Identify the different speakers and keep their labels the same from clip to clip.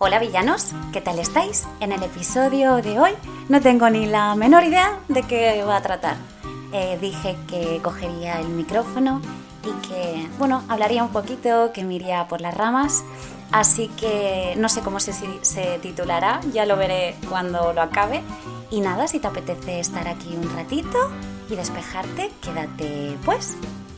Speaker 1: Hola villanos, ¿qué tal estáis? En el episodio de hoy no tengo ni la menor idea de qué va a tratar. Dije que cogería el micrófono y que, hablaría un poquito, que me iría por las ramas. Así que no sé cómo se titulará, ya lo veré cuando lo acabe. Y nada, si te apetece estar aquí un ratito y despejarte, quédate pues.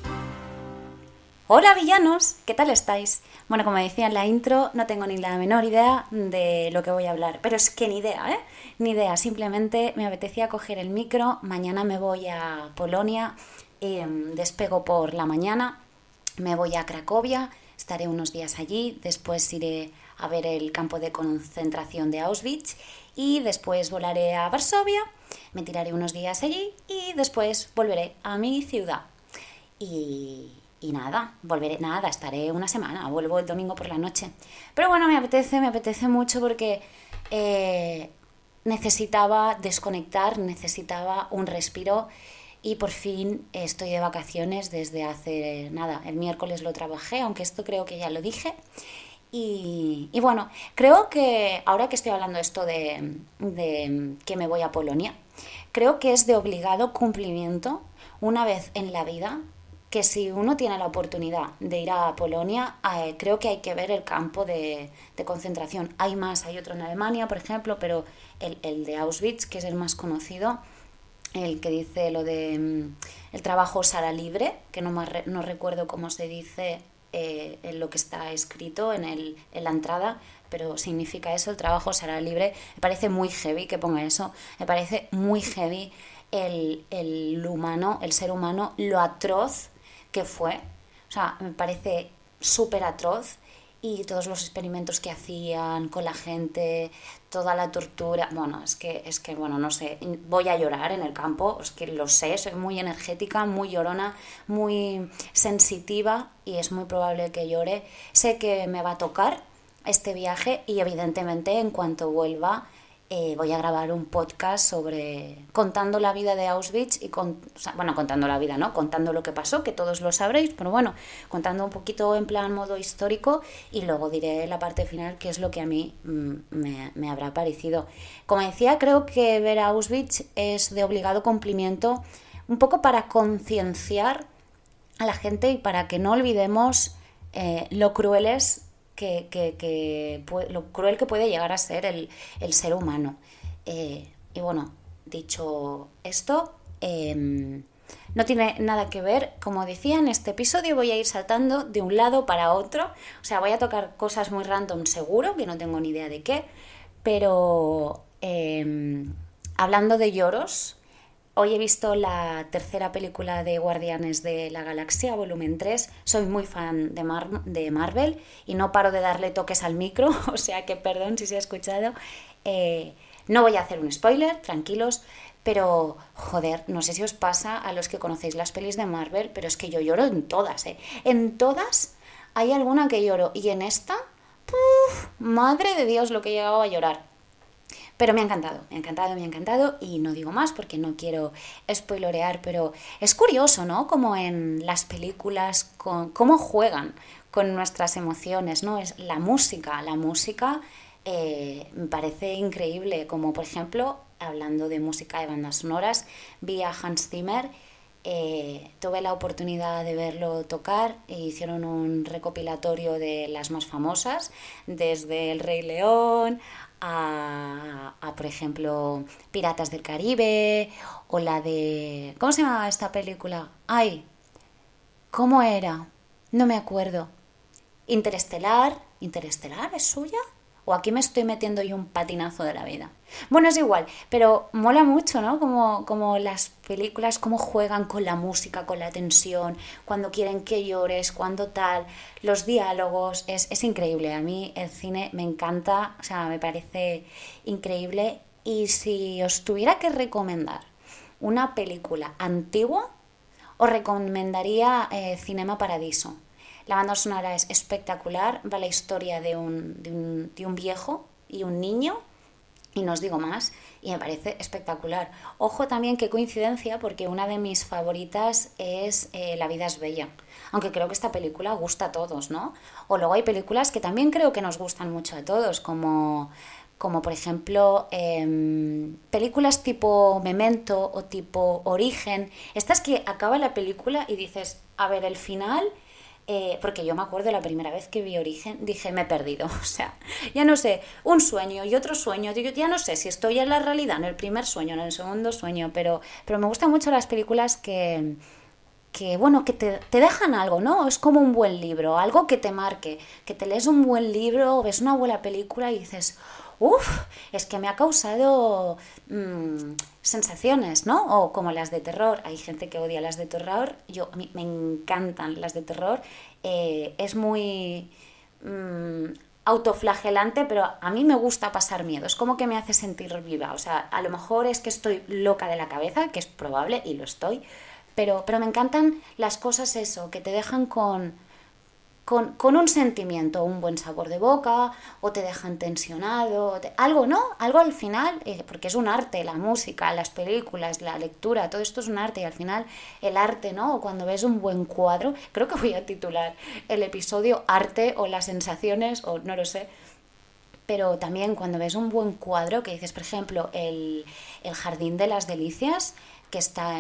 Speaker 1: Hola villanos, ¿qué tal estáis? Bueno, como decía en la intro, no tengo ni la menor idea de lo que voy a hablar, pero es que ni idea, Ni idea, simplemente me apetecía coger el micro, mañana me voy a Polonia, despego por la mañana, me voy a Cracovia, estaré unos días allí, después iré a ver el campo de concentración de Auschwitz y después volaré a Varsovia, me tiraré unos días allí y después volveré a mi ciudad. Y nada, estaré una semana, vuelvo el domingo por la noche. Pero bueno, me apetece mucho porque necesitaba desconectar, necesitaba un respiro y por fin estoy de vacaciones desde hace nada, el miércoles lo trabajé, aunque esto creo que ya lo dije. Y bueno, creo que ahora que estoy hablando esto de que me voy a Polonia, creo que es de obligado cumplimiento una vez en la vida que si uno tiene la oportunidad de ir a Polonia, creo que hay que ver el campo de concentración. Hay otro en Alemania, por ejemplo, pero el de Auschwitz, que es el más conocido, el que dice lo de el trabajo será libre, que no recuerdo cómo se dice en lo que está escrito en la entrada, pero significa eso, el trabajo será libre. Me parece muy heavy que ponga eso, me parece muy heavy el ser humano, lo atroz que fue, o sea, me parece súper atroz y todos los experimentos que hacían con la gente, toda la tortura, no sé, voy a llorar en el campo, es que lo sé, soy muy energética, muy llorona, muy sensitiva y es muy probable que llore, sé que me va a tocar este viaje y evidentemente en cuanto vuelva voy a grabar un podcast contando la vida de Auschwitz y contando la vida, ¿no? Contando lo que pasó, que todos lo sabréis, pero bueno, contando un poquito en plan modo histórico y luego diré la parte final qué es lo que a mí me habrá parecido. Como decía, creo que ver Auschwitz es de obligado cumplimiento, un poco para concienciar a la gente y para que no olvidemos lo crueles lo cruel que puede llegar a ser el ser humano. Y bueno, dicho esto, no tiene nada que ver, como decía, en este episodio voy a ir saltando de un lado para otro, o sea, voy a tocar cosas muy random seguro, que no tengo ni idea de qué, pero hablando de lloros, hoy he visto la tercera película de Guardianes de la Galaxia, volumen 3. Soy muy fan de Marvel y no paro de darle toques al micro, o sea que perdón si se ha escuchado. No voy a hacer un spoiler, tranquilos, pero joder, no sé si os pasa a los que conocéis las pelis de Marvel, pero es que yo lloro en todas, En todas hay alguna que lloro y en esta, madre de Dios lo que he llegado a llorar. Pero me ha encantado y no digo más porque no quiero spoilorear, pero es curioso, ¿no? Como en las películas, cómo juegan con nuestras emociones, ¿no? Es la música me parece increíble, como por ejemplo, hablando de música de bandas sonoras, vi a Hans Zimmer, tuve la oportunidad de verlo tocar e hicieron un recopilatorio de las más famosas, desde El Rey León por ejemplo, Piratas del Caribe o la de... ¿Cómo se llamaba esta película? ¡Ay! ¿Cómo era? No me acuerdo. ¿Interestelar es suya? ¿O aquí me estoy metiendo yo un patinazo de la vida? Bueno, es igual, pero mola mucho, ¿no? Como las películas, cómo juegan con la música, con la tensión, cuando quieren que llores, cuando tal, los diálogos, es increíble. A mí el cine me encanta, o sea, me parece increíble. Y si os tuviera que recomendar una película antigua, os recomendaría Cinema Paradiso. La banda sonora es espectacular, va la historia de un viejo y un niño y no os digo más, y me parece espectacular. Ojo también qué coincidencia, porque una de mis favoritas es La vida es bella, aunque creo que esta película gusta a todos, ¿no? O luego hay películas que también creo que nos gustan mucho a todos, como por ejemplo películas tipo Memento o tipo Origen, estas que acaba la película y dices, a ver, el final... porque yo me acuerdo la primera vez que vi Origen, dije, me he perdido, o sea, ya no sé, un sueño y otro sueño, ya no sé si estoy en la realidad, en el primer sueño, en el segundo sueño, pero me gustan mucho las películas que te dejan algo, ¿no? Es como un buen libro, algo que te marque, que te lees un buen libro, ves una buena película y dices, uff, es que me ha causado sensaciones, ¿no? O como las de terror, hay gente que odia las de terror, a mí me encantan las de terror, es muy autoflagelante, pero a mí me gusta pasar miedo, es como que me hace sentir viva, o sea, a lo mejor es que estoy loca de la cabeza, que es probable y lo estoy, pero me encantan las cosas eso, que te dejan con un sentimiento, un buen sabor de boca, o te dejan tensionado, algo, ¿no? Algo al final, porque es un arte, la música, las películas, la lectura, todo esto es un arte, y al final el arte, ¿no? O cuando ves un buen cuadro, creo que voy a titular el episodio Arte o las sensaciones, o no lo sé, pero también cuando ves un buen cuadro, que dices, por ejemplo, el Jardín de las Delicias, que está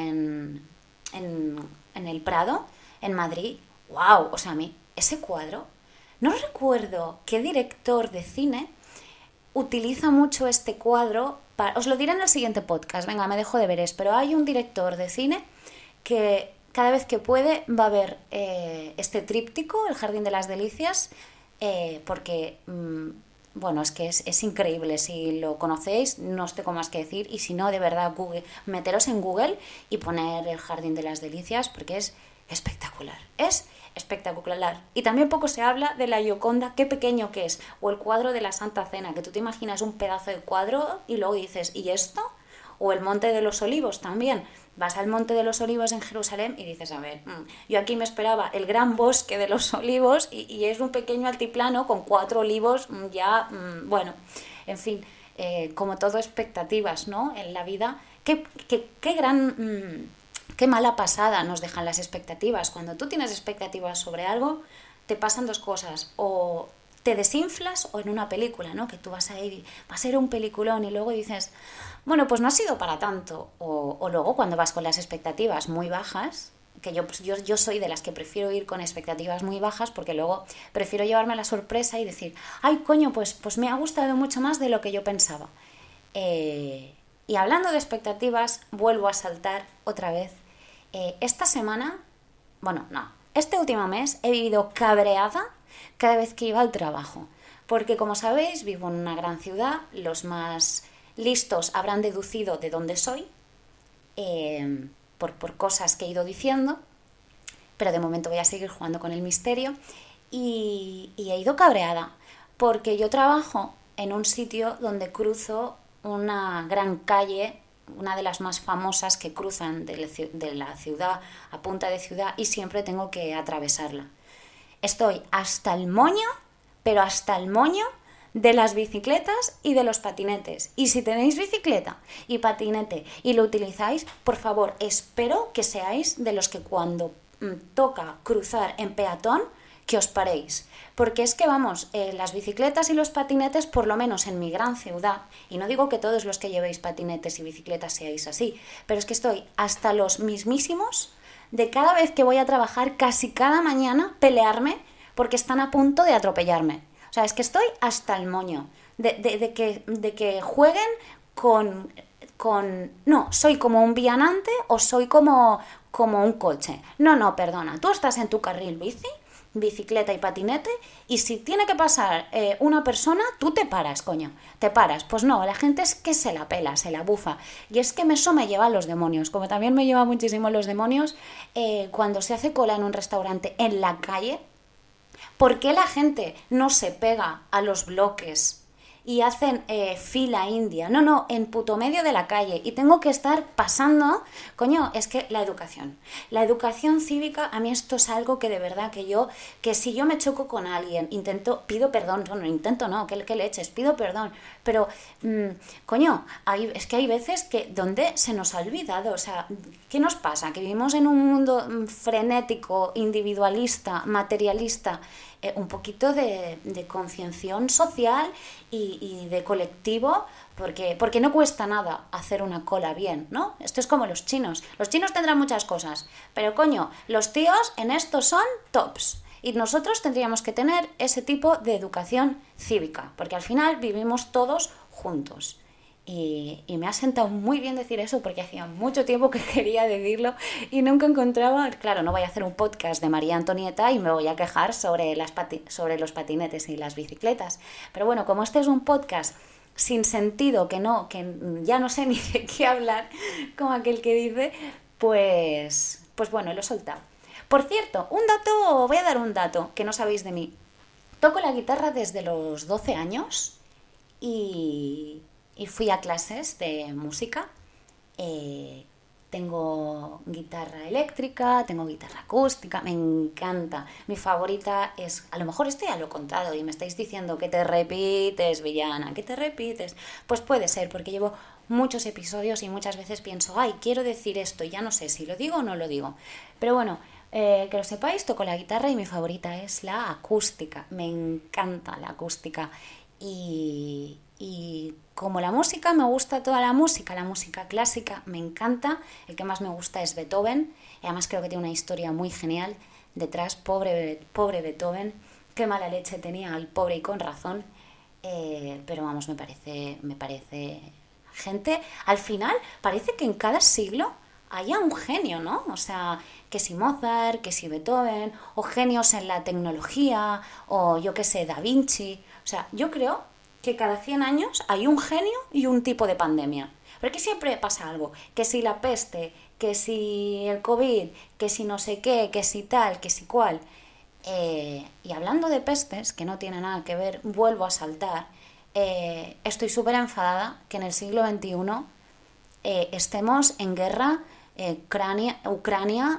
Speaker 1: en el Prado, en Madrid, wow, o sea, a mí ese cuadro, no recuerdo qué director de cine utiliza mucho este cuadro, os lo diré en el siguiente podcast, venga, me dejo de veres, pero hay un director de cine que cada vez que puede va a ver este tríptico, El Jardín de las Delicias, porque... bueno, es que es increíble. Si lo conocéis, no os tengo más que decir. Y si no, de verdad, meteros en Google y poner El Jardín de las Delicias, porque es espectacular. Es espectacular. Y también poco se habla de la Gioconda, qué pequeño que es. O el cuadro de la Santa Cena, que tú te imaginas un pedazo de cuadro y luego dices, ¿y esto? O el Monte de los Olivos también. Vas al Monte de los Olivos en Jerusalén y dices, a ver, yo aquí me esperaba el gran bosque de los olivos y es un pequeño altiplano con 4 olivos ya, bueno, en fin, como todo expectativas, ¿no? En la vida, qué gran, qué mala pasada nos dejan las expectativas. Cuando tú tienes expectativas sobre algo, te pasan dos cosas, o te desinflas o en una película, ¿no? Que tú vas a ir, va a ser un peliculón y luego dices, bueno, pues no ha sido para tanto. O luego cuando vas con las expectativas muy bajas, que yo soy de las que prefiero ir con expectativas muy bajas porque luego prefiero llevarme la sorpresa y decir, ay, coño, pues me ha gustado mucho más de lo que yo pensaba. Y hablando de expectativas, vuelvo a saltar otra vez. Esta semana, bueno, no, este último mes he vivido cabreada cada vez que iba al trabajo. Porque como sabéis, vivo en una gran ciudad, los más listos habrán deducido de dónde soy, por cosas que he ido diciendo, pero de momento voy a seguir jugando con el misterio, y he ido cabreada, porque yo trabajo en un sitio donde cruzo una gran calle, una de las más famosas que cruzan de la ciudad a punta de ciudad, y siempre tengo que atravesarla. Estoy hasta el moño, pero hasta el moño de las bicicletas y de los patinetes. Y si tenéis bicicleta y patinete y lo utilizáis, por favor, espero que seáis de los que cuando toca cruzar en peatón, que os paréis. Porque es que vamos, las bicicletas y los patinetes, por lo menos en mi gran ciudad, y no digo que todos los que llevéis patinetes y bicicletas seáis así, pero es que estoy hasta los mismísimos de cada vez que voy a trabajar, casi cada mañana, pelearme porque están a punto de atropellarme. O sea, es que estoy hasta el moño de que jueguen con... No, soy como un vianante o soy como un coche. No, perdona, tú estás en tu carril bici, bicicleta y patinete, y si tiene que pasar una persona, tú te paras, coño, te paras. Pues no, la gente es que se la pela, se la bufa, y es que eso me lleva a los demonios, como también me lleva muchísimo los demonios cuando se hace cola en un restaurante en la calle. ¿Por qué la gente no se pega a los bloques y hacen fila india. No, en puto medio de la calle. Y tengo que estar pasando... Coño, es que la educación cívica, a mí esto es algo que de verdad que si yo me choco con alguien, pido perdón, que leches, pido perdón. Pero, coño, es que hay veces que donde se nos ha olvidado, o sea, ¿qué nos pasa? Que vivimos en un mundo frenético, individualista, materialista, un poquito de concienciación social y de colectivo, porque no cuesta nada hacer una cola bien, ¿no? Esto es como los chinos. Los chinos tendrán muchas cosas, pero coño, los tíos en esto son tops. Y nosotros tendríamos que tener ese tipo de educación cívica, porque al final vivimos todos juntos. Y me ha sentado muy bien decir eso porque hacía mucho tiempo que quería decirlo y nunca encontraba... Claro, no voy a hacer un podcast de María Antonieta y me voy a quejar sobre los patinetes y las bicicletas. Pero bueno, como este es un podcast sin sentido, que ya no sé ni de qué hablar, como aquel que dice, pues bueno, lo he soltado. Por cierto, voy a dar un dato que no sabéis de mí. Toco la guitarra desde los 12 años y fui a clases de música. Tengo guitarra eléctrica, tengo guitarra acústica, me encanta. Mi favorita es, a lo mejor esto ya lo he contado y me estáis diciendo que te repites, villana, que te repites. Pues puede ser, porque llevo muchos episodios y muchas veces pienso, ay, quiero decir esto y ya no sé si lo digo o no lo digo. Pero bueno, que lo sepáis, toco la guitarra y mi favorita es la acústica. Me encanta la acústica. Y como la música, me gusta toda la música clásica me encanta, el que más me gusta es Beethoven, y además creo que tiene una historia muy genial detrás, pobre Beethoven, qué mala leche tenía el pobre y con razón, pero vamos, me parece gente, al final parece que en cada siglo haya un genio, ¿no? O sea, que si Mozart, que si Beethoven, o genios en la tecnología, o yo qué sé, Da Vinci, o sea, yo creo que cada 100 años hay un genio y un tipo de pandemia. Porque siempre pasa algo, que si la peste, que si el COVID, que si no sé qué, que si tal, que si cual. Y hablando de pestes, que no tiene nada que ver, vuelvo a saltar, estoy súper enfadada que en el siglo XXI estemos en guerra Ucrania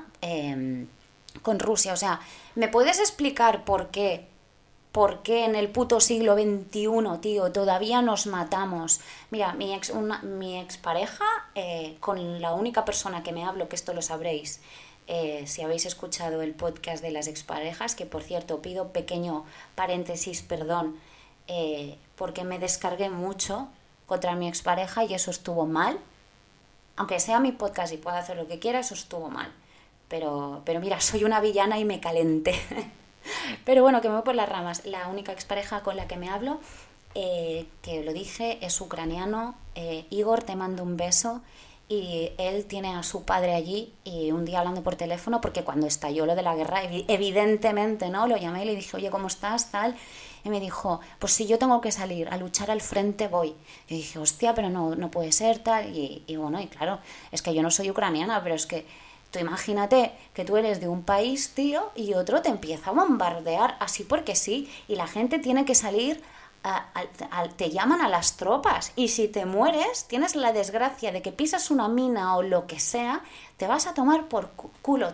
Speaker 1: con Rusia. O sea, ¿me puedes explicar por qué en el puto siglo XXI, tío, todavía nos matamos? Mira, mi expareja, con la única persona que me hablo, que esto lo sabréis, si habéis escuchado el podcast de las exparejas, que por cierto pido pequeño paréntesis, perdón, porque me descargué mucho contra mi expareja y eso estuvo mal. Aunque sea mi podcast y pueda hacer lo que quiera, eso estuvo mal. Pero mira, soy una villana y me calenté. Pero bueno, que me voy por las ramas. La única expareja con la que me hablo, que lo dije, es ucraniano. Igor, te mando un beso. Y él tiene a su padre allí y un día hablando por teléfono, porque cuando estalló lo de la guerra, evidentemente, ¿no? Lo llamé y le dije, oye, ¿cómo estás? Tal. Y me dijo, pues si yo tengo que salir a luchar al frente, voy. Y dije, hostia, pero no puede ser, tal. Y bueno, y claro, es que yo no soy ucraniana, pero es que tú imagínate que tú eres de un país, tío, y otro te empieza a bombardear así porque sí, y la gente tiene que salir, te llaman a las tropas, y si te mueres, tienes la desgracia de que pisas una mina o lo que sea, te vas a tomar por culo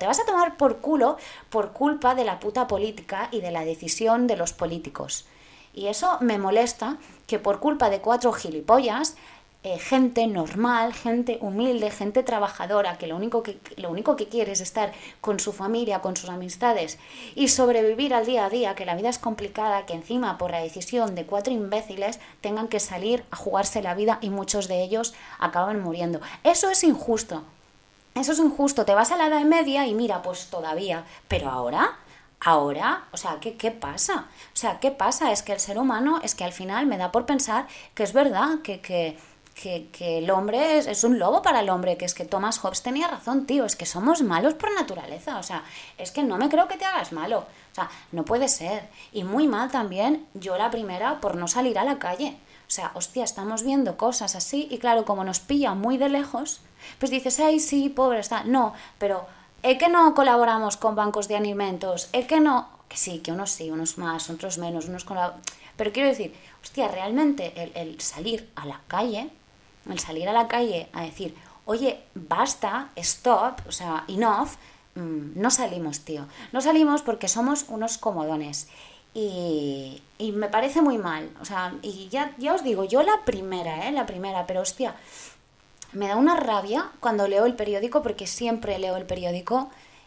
Speaker 1: por culpa de la puta política y de la decisión de los políticos. Y eso me molesta, que por culpa de 4 gilipollas, gente normal, gente humilde, gente trabajadora, que lo único que quiere es estar con su familia, con sus amistades y sobrevivir al día a día, que la vida es complicada, que encima por la decisión de 4 imbéciles tengan que salir a jugarse la vida y muchos de ellos acaban muriendo. Eso es injusto. Te vas a la Edad Media y mira, pues todavía, pero ahora, o sea, ¿qué pasa? O sea, ¿qué pasa? Es que el ser humano, es que al final me da por pensar que es verdad que el hombre es un lobo para el hombre, que es que Thomas Hobbes tenía razón, tío, es que somos malos por naturaleza, o sea, es que no me creo que te hagas malo, o sea, no puede ser. Y muy mal también, yo la primera, por no salir a la calle. O sea, hostia, estamos viendo cosas así y claro, como nos pilla muy de lejos, pues dices, ay, sí, pobre, está. No, pero es que no colaboramos con bancos de alimentos, es que no, que sí, que unos más, otros menos, Pero quiero decir, hostia, realmente el salir a la calle, a decir, oye, basta, stop, o sea, enough, no salimos, tío. No salimos porque somos unos comodones. Y me parece muy mal. O sea, y ya os digo, yo la primera, pero hostia, me da una rabia cuando leo el periódico, porque siempre leo el periódico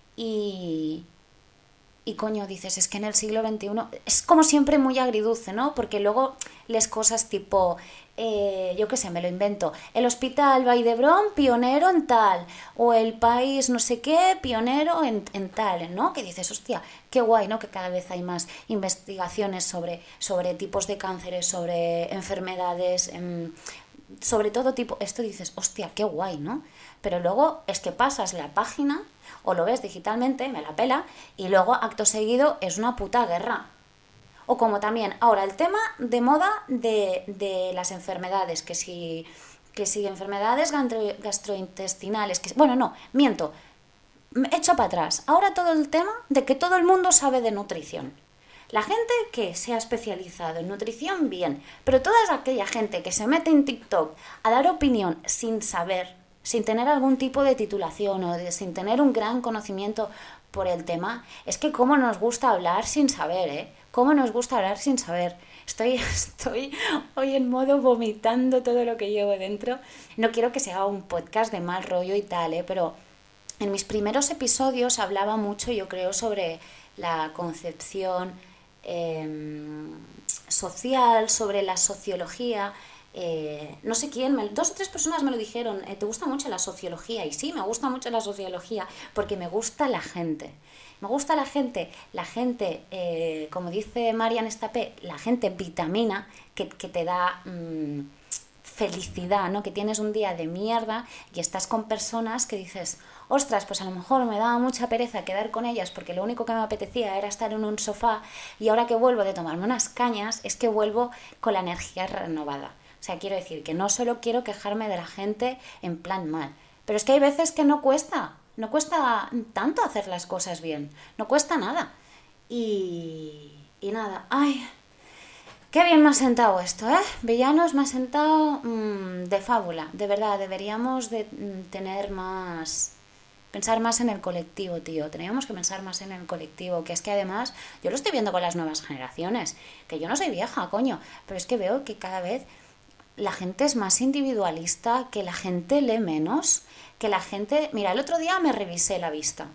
Speaker 1: y coño, dices, es que en el siglo XXI es como siempre muy agridulce, ¿no? Porque luego lees cosas tipo, yo qué sé, me lo invento, el Hospital Vall d'Hebron pionero en tal, o el país no sé qué pionero en tal, ¿no? Que dices, hostia, qué guay, ¿no? Que cada vez hay más investigaciones sobre tipos de cánceres, sobre enfermedades, sobre todo tipo, esto dices, hostia, qué guay, ¿no? Pero luego es que pasas la página o lo ves digitalmente, me la pela, y luego acto seguido es una puta guerra. O como también, ahora el tema de moda de las enfermedades, que si enfermedades gastrointestinales, bueno, no, miento, echo para atrás. Ahora todo el tema de que todo el mundo sabe de nutrición. La gente que se ha especializado en nutrición, bien, pero toda aquella gente que se mete en TikTok a dar opinión sin saber, sin tener algún tipo de titulación o sin tener un gran conocimiento por el tema, es que cómo nos gusta hablar sin saber, ¿eh? Cómo nos gusta hablar sin saber. Estoy hoy en modo vomitando todo lo que llevo dentro. No quiero que sea un podcast de mal rollo y tal, ¿eh? Pero en mis primeros episodios hablaba mucho, yo creo, sobre la concepción social, sobre la sociología. No sé quién, 2 o 3 personas me lo dijeron, ¿te gusta mucho la sociología? Y sí, me gusta mucho la sociología porque me gusta la gente. Me gusta la gente, como dice Marian Estapé, la gente vitamina que te da felicidad, ¿no? Que tienes un día de mierda y estás con personas que dices, ostras, pues a lo mejor me daba mucha pereza quedar con ellas porque lo único que me apetecía era estar en un sofá y ahora que vuelvo de tomarme unas cañas es que vuelvo con la energía renovada. O sea, quiero decir que no solo quiero quejarme de la gente en plan mal, pero es que hay veces que no cuesta tanto hacer las cosas bien, no cuesta nada. Y nada, ay, qué bien me ha sentado esto, ¿eh? Villanos me ha sentado de fábula, de verdad, deberíamos de tener más... Pensar más en el colectivo, tío. Teníamos que pensar más en el colectivo, que es que además, yo lo estoy viendo con las nuevas generaciones, que yo no soy vieja, coño, pero es que veo que cada vez la gente es más individualista, que la gente lee menos, que la gente... Mira, el otro día me revisé la vista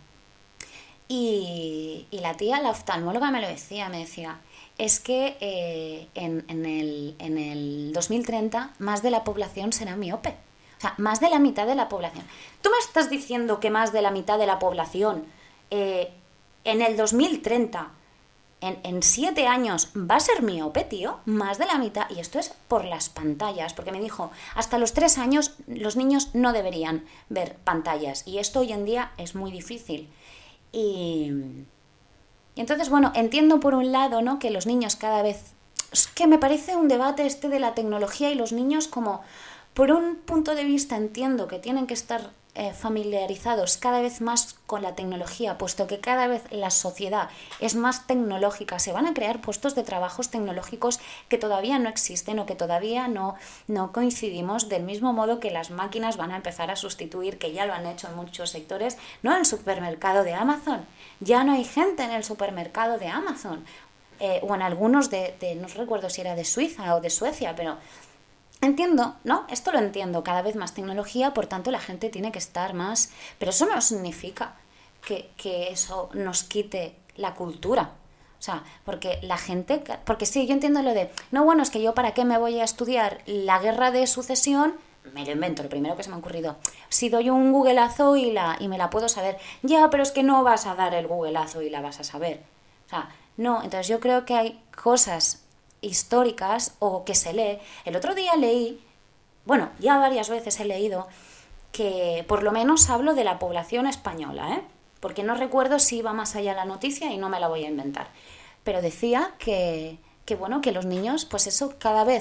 Speaker 1: y la tía, la oftalmóloga me decía, es que en el 2030 más de la población será miope. O sea, más de la mitad de la población. ¿Tú me estás diciendo que más de la mitad de la población en el 2030, en 7 años, va a ser miope, tío? Más de la mitad. Y esto es por las pantallas, porque me dijo, hasta los 3 años los niños no deberían ver pantallas. Y esto hoy en día es muy difícil. Y entonces, bueno, entiendo por un lado, ¿no?, que los niños cada vez... Es que me parece un debate este de la tecnología y los niños como... Por un punto de vista entiendo que tienen que estar familiarizados cada vez más con la tecnología, puesto que cada vez la sociedad es más tecnológica. Se van a crear puestos de trabajos tecnológicos que todavía no existen o que todavía no coincidimos, del mismo modo que las máquinas van a empezar a sustituir, que ya lo han hecho en muchos sectores, no en el supermercado de Amazon. Ya no hay gente en el supermercado de Amazon. O en algunos no recuerdo si era de Suiza o de Suecia, pero... Entiendo, ¿no? Esto lo entiendo, cada vez más tecnología, por tanto la gente tiene que estar más... Pero eso no significa que eso nos quite la cultura. O sea, porque la gente... Porque sí, yo entiendo lo de... No, bueno, es que yo para qué me voy a estudiar la guerra de sucesión... Me lo invento, lo primero que se me ha ocurrido. Si doy un googleazo y me la puedo saber. Ya, pero es que no vas a dar el googleazo y la vas a saber. O sea, no, entonces yo creo que hay cosas... históricas o que se lee. El otro día leí, bueno, ya varias veces he leído que por lo menos hablo de la población española, ¿eh? Porque no recuerdo si iba más allá la noticia y no me la voy a inventar. Pero decía que bueno, que los niños, pues eso, cada vez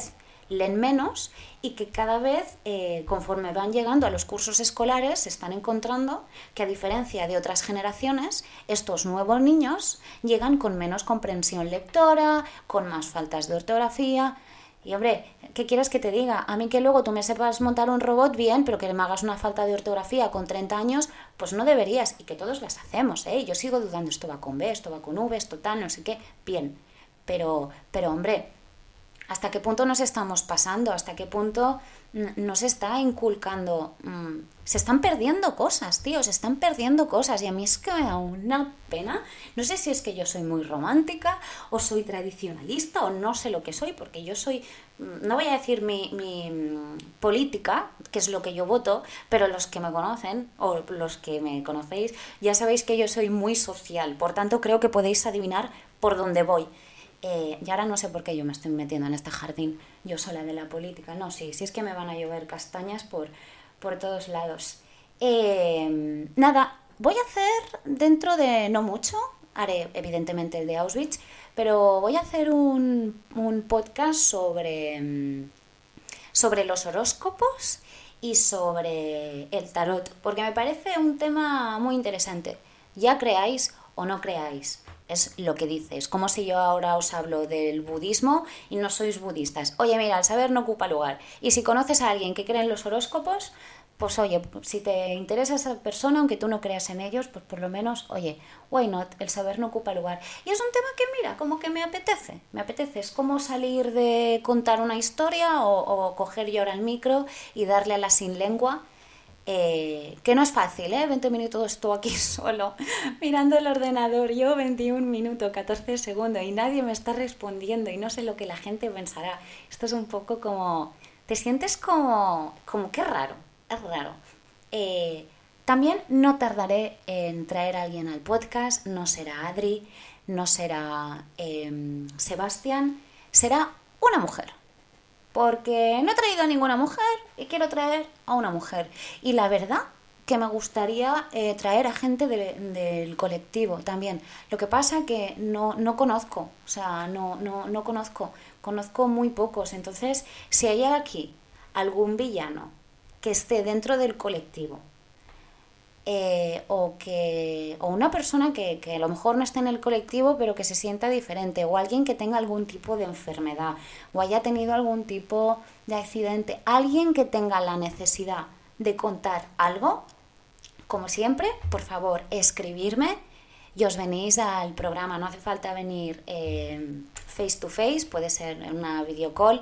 Speaker 1: leen menos y que cada vez, conforme van llegando a los cursos escolares, se están encontrando que, a diferencia de otras generaciones, estos nuevos niños llegan con menos comprensión lectora, con más faltas de ortografía. Y hombre, ¿qué quieres que te diga? A mí que luego tú me sepas montar un robot bien, pero que me hagas una falta de ortografía con 30 años, pues no deberías. Y que todos las hacemos, ¿eh? Yo sigo dudando, esto va con B, esto va con V, esto tal, no sé qué. Bien, pero hombre, ¿hasta qué punto nos estamos pasando? ¿Hasta qué punto nos está inculcando? Se están perdiendo cosas, tío, se están perdiendo cosas. Y a mí es que me da una pena. No sé si es que yo soy muy romántica o soy tradicionalista o no sé lo que soy, porque yo soy, no voy a decir mi política, que es lo que yo voto, pero los que me conocen o los que me conocéis ya sabéis que yo soy muy social. Por tanto, creo que podéis adivinar por dónde voy. Y ahora no sé por qué yo me estoy metiendo en este jardín yo sola de la política. No, sí es que me van a llover castañas por todos lados. Nada, voy a hacer dentro de no mucho, haré evidentemente el de Auschwitz, pero voy a hacer un podcast sobre los horóscopos y sobre el tarot, porque me parece un tema muy interesante. Ya creáis o no creáis, es lo que dice. Es como si yo ahora os hablo del budismo y no sois budistas. Oye, mira, el saber no ocupa lugar. Y si conoces a alguien que cree en los horóscopos, pues oye, si te interesa esa persona, aunque tú no creas en ellos, pues por lo menos, oye, why not, el saber no ocupa lugar. Y es un tema que, mira, como que me apetece. Es como salir de contar una historia o coger yo ahora el micro y darle a la sin lengua. Que no es fácil, 20 minutos estoy aquí solo mirando el ordenador, yo 21 minutos 14 segundos y nadie me está respondiendo y no sé lo que la gente pensará. Esto es un poco como, te sientes como que es raro. También no tardaré en traer a alguien al podcast. No será Adri, no será Sebastián, será una mujer. Porque no he traído a ninguna mujer y quiero traer a una mujer. Y la verdad que me gustaría traer a gente del colectivo también. Lo que pasa que no conozco, o sea, no conozco muy pocos. Entonces, si hay aquí algún villano que esté dentro del colectivo, o una persona que a lo mejor no esté en el colectivo pero que se sienta diferente, o alguien que tenga algún tipo de enfermedad o haya tenido algún tipo de accidente, alguien que tenga la necesidad de contar algo, como siempre, por favor, escribirme y os venís al programa. No hace falta venir face to face, puede ser en una videocall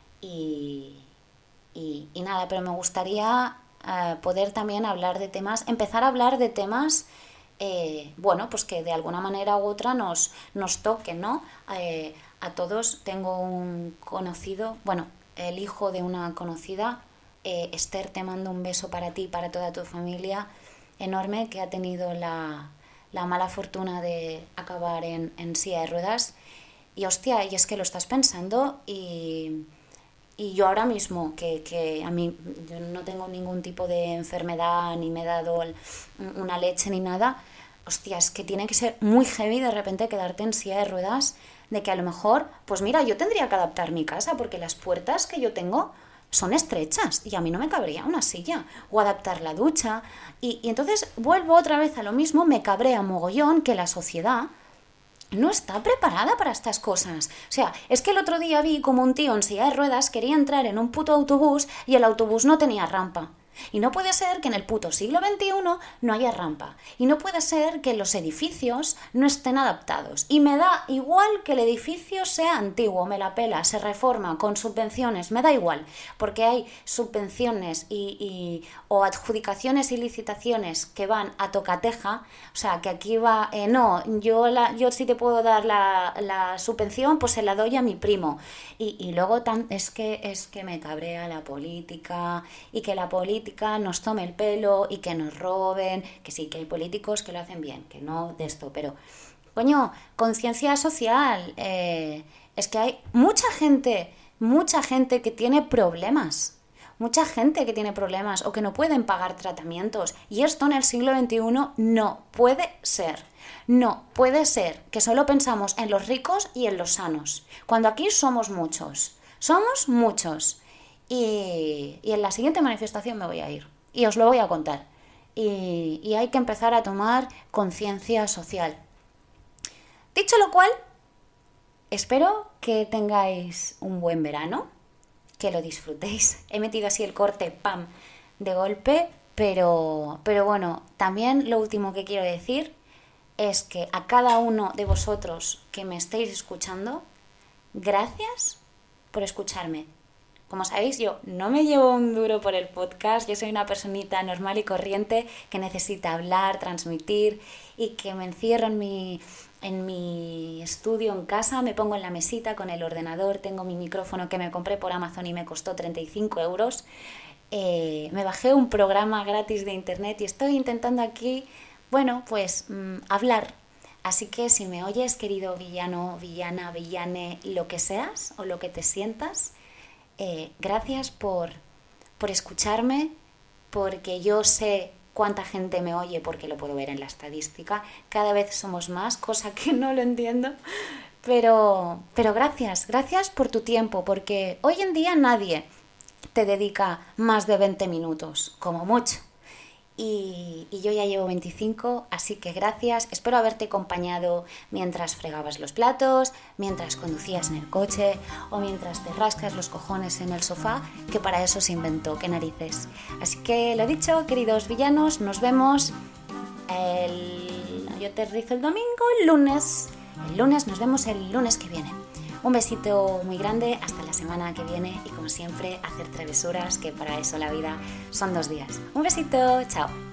Speaker 1: y nada, pero me gustaría poder también hablar de temas, empezar a hablar de temas, bueno, pues que de alguna manera u otra nos toquen, ¿no? A todos. Tengo un conocido, bueno, el hijo de una conocida, Esther, te mando un beso para ti y para toda tu familia enorme, que ha tenido la mala fortuna de acabar en silla de ruedas. Y hostia, y es que lo estás pensando y yo ahora mismo, que a mí yo no tengo ningún tipo de enfermedad, ni me he dado una leche ni nada, hostia, es que tiene que ser muy heavy de repente quedarte en silla de ruedas, de que a lo mejor, pues mira, yo tendría que adaptar mi casa, porque las puertas que yo tengo son estrechas y a mí no me cabría una silla, o adaptar la ducha, y entonces vuelvo otra vez a lo mismo, me cabrea mogollón que la sociedad no está preparada para estas cosas. O sea, es que el otro día vi como un tío en silla de ruedas quería entrar en un puto autobús y el autobús no tenía rampa. Y no puede ser que en el puto siglo XXI no haya rampa. Y no puede ser que los edificios no estén adaptados. Y me da igual que el edificio sea antiguo, me la pela, se reforma con subvenciones, me da igual. Porque hay subvenciones o adjudicaciones y licitaciones que van a tocateja. O sea, que aquí va, no, yo sí te puedo dar la subvención, pues se la doy a mi primo. Y luego es que me cabrea la política y que la política nos tome el pelo y que nos roben, que sí, que hay políticos que lo hacen bien, que no de esto, pero coño, conciencia social, es que hay mucha gente que tiene problemas, o que no pueden pagar tratamientos, y esto en el siglo XXI no puede ser que solo pensamos en los ricos y en los sanos, cuando aquí somos muchos. Somos muchos. Y en la siguiente manifestación me voy a ir. Y os lo voy a contar. Y hay que empezar a tomar conciencia social. Dicho lo cual, espero que tengáis un buen verano, que lo disfrutéis. He metido así el corte, ¡pam!, de golpe, pero bueno, también lo último que quiero decir es que a cada uno de vosotros que me estéis escuchando, gracias por escucharme. Como sabéis, yo no me llevo un duro por el podcast, yo soy una personita normal y corriente que necesita hablar, transmitir y que me encierro en mi estudio en casa, me pongo en la mesita con el ordenador, tengo mi micrófono que me compré por Amazon y me costó 35 euros. Me bajé un programa gratis de internet y estoy intentando aquí, bueno, pues hablar. Así que si me oyes, querido villano, villana, villane, lo que seas o lo que te sientas, gracias por escucharme, porque yo sé cuánta gente me oye porque lo puedo ver en la estadística. Cada vez somos más, cosa que no lo entiendo. Pero gracias por tu tiempo, porque hoy en día nadie te dedica más de 20 minutos, como mucho. Y yo ya llevo 25, así que gracias. Espero haberte acompañado mientras fregabas los platos, mientras conducías en el coche o mientras te rascas los cojones en el sofá, que para eso se inventó, qué narices. Así que lo dicho, queridos villanos, nos vemos yo te rizo el domingo, el lunes nos vemos el lunes que viene. Un besito muy grande, hasta la semana que viene y como siempre, hacer travesuras, que para eso la vida son 2 días. Un besito, chao.